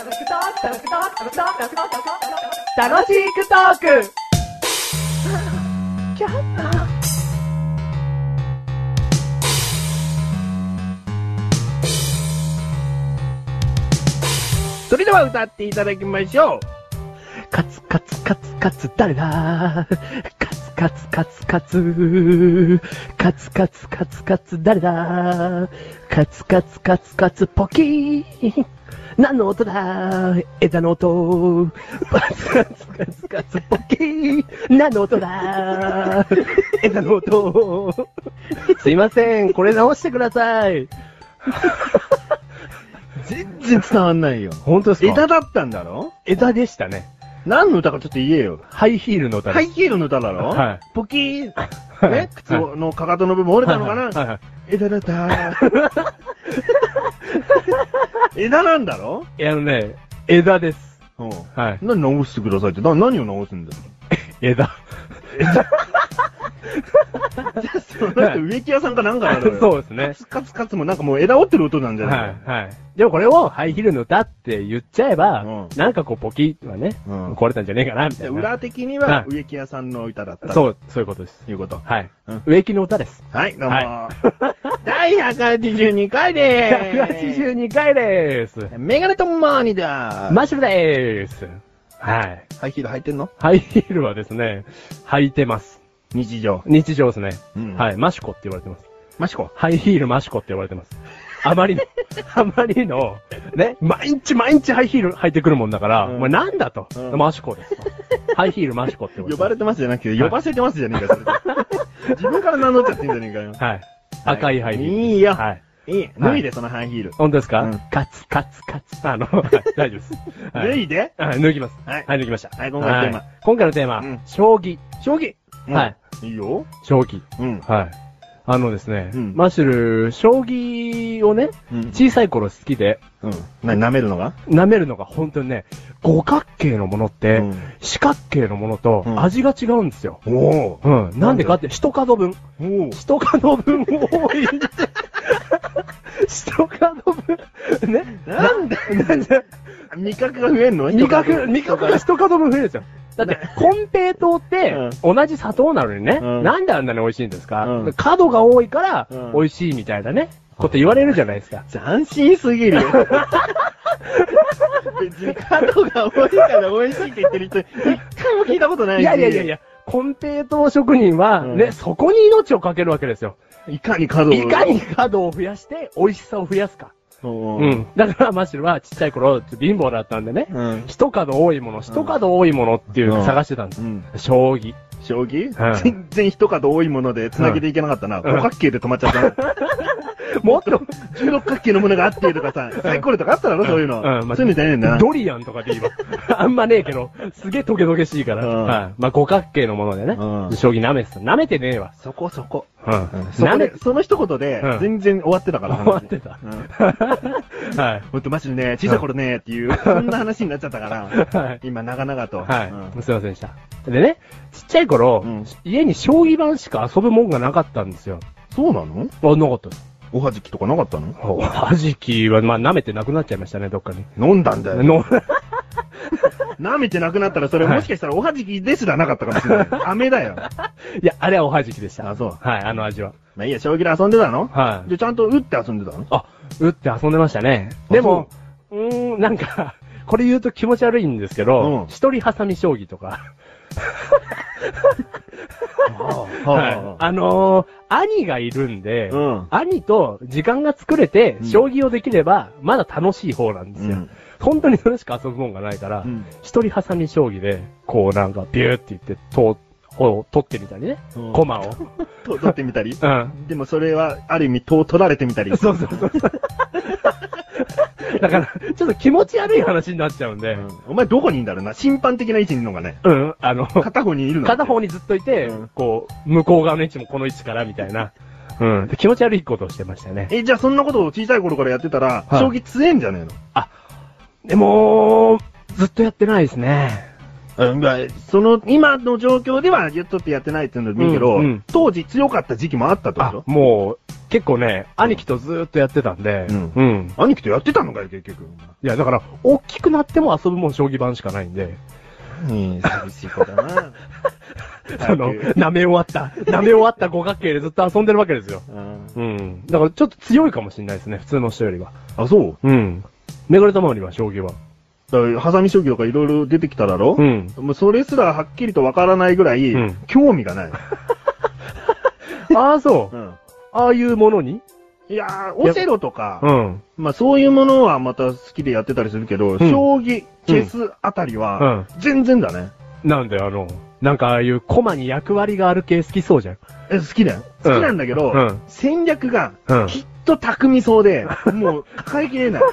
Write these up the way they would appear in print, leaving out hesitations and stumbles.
楽しくトークそれでは歌っていただきましょう。カツカツカツカツ誰だ？カツカツカツカツカツカツカツカツ誰だ？カツカツカツカツポキー何の音だ？枝の音。カツカツカツカツポキー何の音だ？枝の音。すいません、これ直してください。 全然伝わんないよ。 本当ですか？ 枝だったんだろ？ 枝でしたね。 何の歌かちょっと言えよ。 ハイヒールの歌です。 ハイヒールの歌だろ？ はい。 ポキーね、靴のかかとの部分折れたのかな？ はいはい。 枝だった枝なんだろ？ 枝です。 うん。 はい。 何直してくださいって、何を直すんだよ。 枝。 じゃあ、その人植木屋さんかなんかだろうよ。 そうですね。 カツカツカツもなんかもう枝折ってる音なんじゃないはい、はい。でもこれをハイヒールの歌って言っちゃえば、 うん、 なんかこうポキッはね、壊れたんじゃねえかな、みたいな。 裏的には植木屋さんの歌だった。 そういうことです。 いうこと。 はい。植木の歌です。 はい、どうも。 はい、 第182回でーす。 182回でーす。 メガネとマーニだー。 マッシュルでーす。はい。 ハイヒール履いてんの？ ハイヒールはですね、履いてます。 日常ですね。 うん、 はい。マシコって言われてます。 マシコ？ ハイヒールマシコって言われてます。あまりの、ね、毎日ハイヒール履いてくるもんだから、もうなんだと、マシコです。ハイヒールマシコって呼ばれてますじゃなくて、呼ばせてますじゃねえか、それ。自分から名乗っちゃってんじゃねえかよ。 はい。赤いハイヒール。 いいよ。 はい。 いい。脱いで、そのハイヒール。 本当ですか？カツカツカツ。大丈夫です。 脱いで？ はい、脱ぎます。 はい。 脱ぎました。 はい、今回のテーマ。 今回のテーマ、将棋。将棋。はい。 いいよ。 将棋。はい。ですね、マッシュル、将棋をね、小さい頃好きで、 舐めるのが本当にね、五角形のものって、四角形のものと味が違うんですよ。なんでかって、一角分多い。一角分ね。 なんで味覚が増えんの？ 味覚が一角分増えるんですよ。だって、コンペイトーって、同じ砂糖なのにね、なんであんなに美味しいんですか？角が多いから、美味しいみたいなね、こと言われるじゃないですか。 斬新すぎるよ。別に角が多いから美味しいって言ってる人、一回も聞いたことないし。 いや、コンペイトー職人は、ね、そこに命をかけるわけですよ。 いかに角を増やして、美味しさを増やすか。だから、マッシュルはちっちゃい頃、貧乏だったんでね、一角多いものっていうの探してたんです。将棋。全然一角多いもので繋げていけなかったな。五角形で止まっちゃった。もっと、 十六角形のものがあってとかさ、サイコロとかあっただろ、そういうの。そういうのじゃねえんだ。 ドリアンとかでいいわ。あんまねえけど、すげえトゲトゲしいから。まあ五角形のものでね、将棋舐めてた。舐めてねえわ。 そこ。 その一言で、全然終わってたから。 終わってた。 はい。ほんとマジでね、小さい頃ね、っていう、そんな話になっちゃったから、今長々と。 はい。すいませんでした。でね、ちっちゃい頃、家に将棋盤しか遊ぶもんがなかったんですよ。 そうなの？ なかったです。 おはじきとかなかったの？ おはじきは、まあ、舐めてなくなっちゃいましたね、どっかに。 飲んだんだよ。舐めてなくなったら、それもしかしたらおはじきですらなかったかもしれない。飴だよ。 いや、あれはおはじきでした。 あ、そう。 はい、あの味は。 まあいいや、将棋で遊んでたの？ はい。 で、ちゃんと打って遊んでたの？ あ、打って遊んでましたね。でも、なんか、これ言うと気持ち悪いんですけど、一人挟み将棋とか。兄がいるんで、兄と時間が作れて、将棋をできれば、まだ楽しい方なんですよ。本当にそれしか遊ぶもんがないから、一人挟み将棋で、こうなんかビューって言って、取ってみたりね、コマを。 取ってみたりでもそれは、ある意味、取られてみたり。 そう。だから、ちょっと気持ち悪い話になっちゃうんで。 お前どこにいんだろうな？審判的な位置にいるのがね。片方にいるの。 片方にずっといて、こう、向こう側の位置もこの位置からみたいな。気持ち悪いことをしてましたね。 じゃあそんなことを小さい頃からやってたら、将棋強えんじゃねえの？ でも、ずっとやってないですね。 今の状況ではちょっとやってないっていうのでいいけど、当時強かった時期もあったってこと？ もう、結構ね、兄貴とずーっとやってたんで、 兄貴とやってたのかよ、結局。 いや、だから、大きくなっても遊ぶもん将棋盤しかないんで。 寂しい子だな。 舐め終わった五角形でずっと遊んでるわけですよ。だからちょっと強いかもしれないですね、普通の人よりは。 あ、そう？ めがれたまわりは将棋は。 だから、ハサミ将棋とかいろいろ出てきただろ？もうそれすらはっきりとわからないぐらい、興味がない。 ああ、そう。ああいうものに？ いやー、オセロとか、まあそういうものはまた好きでやってたりするけど、将棋、チェスあたりは、全然だね。 なんでなんかああいうコマに役割がある系好きそうじゃん。 好きだよ。好きなんだけど、戦略が、きっと巧みそうで、もう抱えきれない。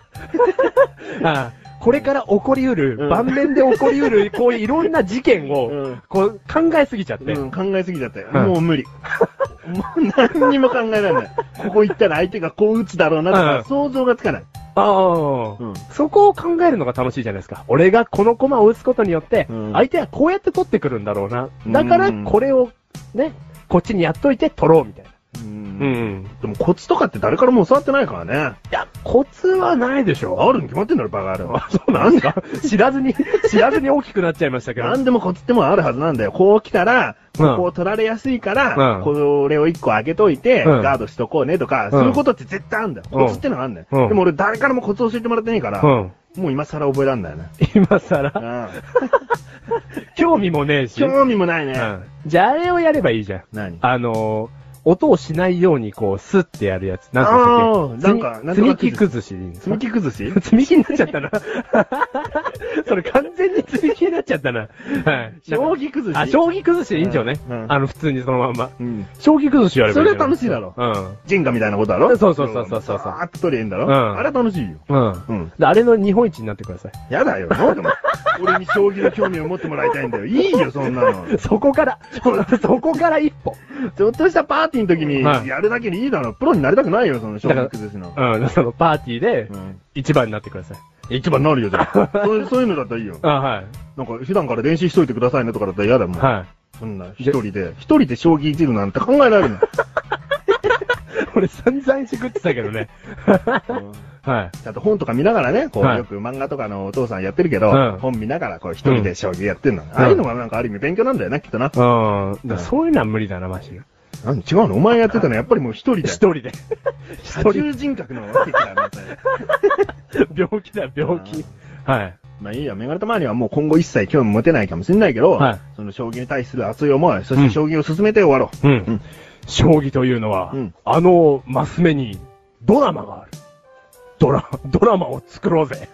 これから起こりうる、盤面で起こりうる、こういういろんな事件を、こう考えすぎちゃって。 考えすぎちゃって。もう無理。もう何にも考えられない。ここ行ったら相手がこう打つだろうなとか、想像がつかない。 そこを考えるのが楽しいじゃないですか。俺がこの駒を打つことによって、相手はこうやって取ってくるんだろうな。だから、これを、ね、こっちにやっといて取ろうみたいな。 でもコツとかって誰からも教わってないからね。 いや、コツはないでしょ。 あるに決まってんだろ、バカある。 そうなんですか？知らずに大きくなっちゃいましたけど。 なんでもコツってもあるはずなんだよ。こう来たら、ここを取られやすいから、これを一個上げといて、ガードしとこうねとか、そういうことって絶対あるんだよ。コツってのがあるんだよ。でも俺誰からもコツ教えてもらってねえから、もう今更覚えらんないね。 今更興味もねえし。 興味もないね。 じゃああれをやればいいじゃん。 何？ 音をしないようにこう、スッてやるやつ。なんか、積み木崩しでいいんですか？ 積み木崩し？ 積み木になっちゃったな。それ完全に積み木になっちゃったな。はい。 将棋崩し？ 将棋崩しでいいんじゃね。普通にそのまんま。将棋崩しやればいい。 それ楽しいだろ。ジェンガみたいなことだろ？ そう。 あーっと取りえんだろ？あれ楽しいよ。 あれの日本一になってください。 やだよ。俺に将棋の興味を持ってもらいたいんだよ。いいよ、そんなの。 そこから一歩。 ちょっとしたパーティーの時にやるだけでいいだろ。プロになりたくないよ、その将棋崩しの。 そのパーティーで、一番になってください。 一番になるよ、じゃあ。そういうのだったらいいよ。なんか、普段から練習しといてくださいねとかだったら嫌だもん。そんな、一人で将棋いじるなんて考えられるの。 俺散々して食ってたけどね。 あと本とか見ながらね、こう、よく漫画とかのお父さんやってるけど、本見ながらこう一人で将棋やってんの。ああいうのがなんかある意味勉強なんだよな、きっとな。 そういうのは無理だな、マジで。 違うの？お前やってたのやっぱりもう一人で。 一人で。 多重人格のわけだな、 病気だ、病気。まあいいや、メガネたまにはもう今後一切興味持てないかもしれないけど、その将棋に対する熱い思い、そして将棋を進めて終わろう。 将棋というのは、マス目にドラマがある。ドラマを作ろうぜ。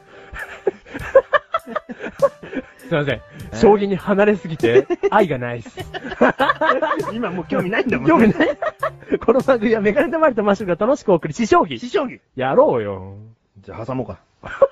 すいません。将棋に離れすぎて、愛がないっす。 今もう興味ないんだもん。 興味ない？この番組はメガネたまりとマッシュルが楽しく送り、私将棋。 私将棋。 やろうよ。 じゃあ挟もうか。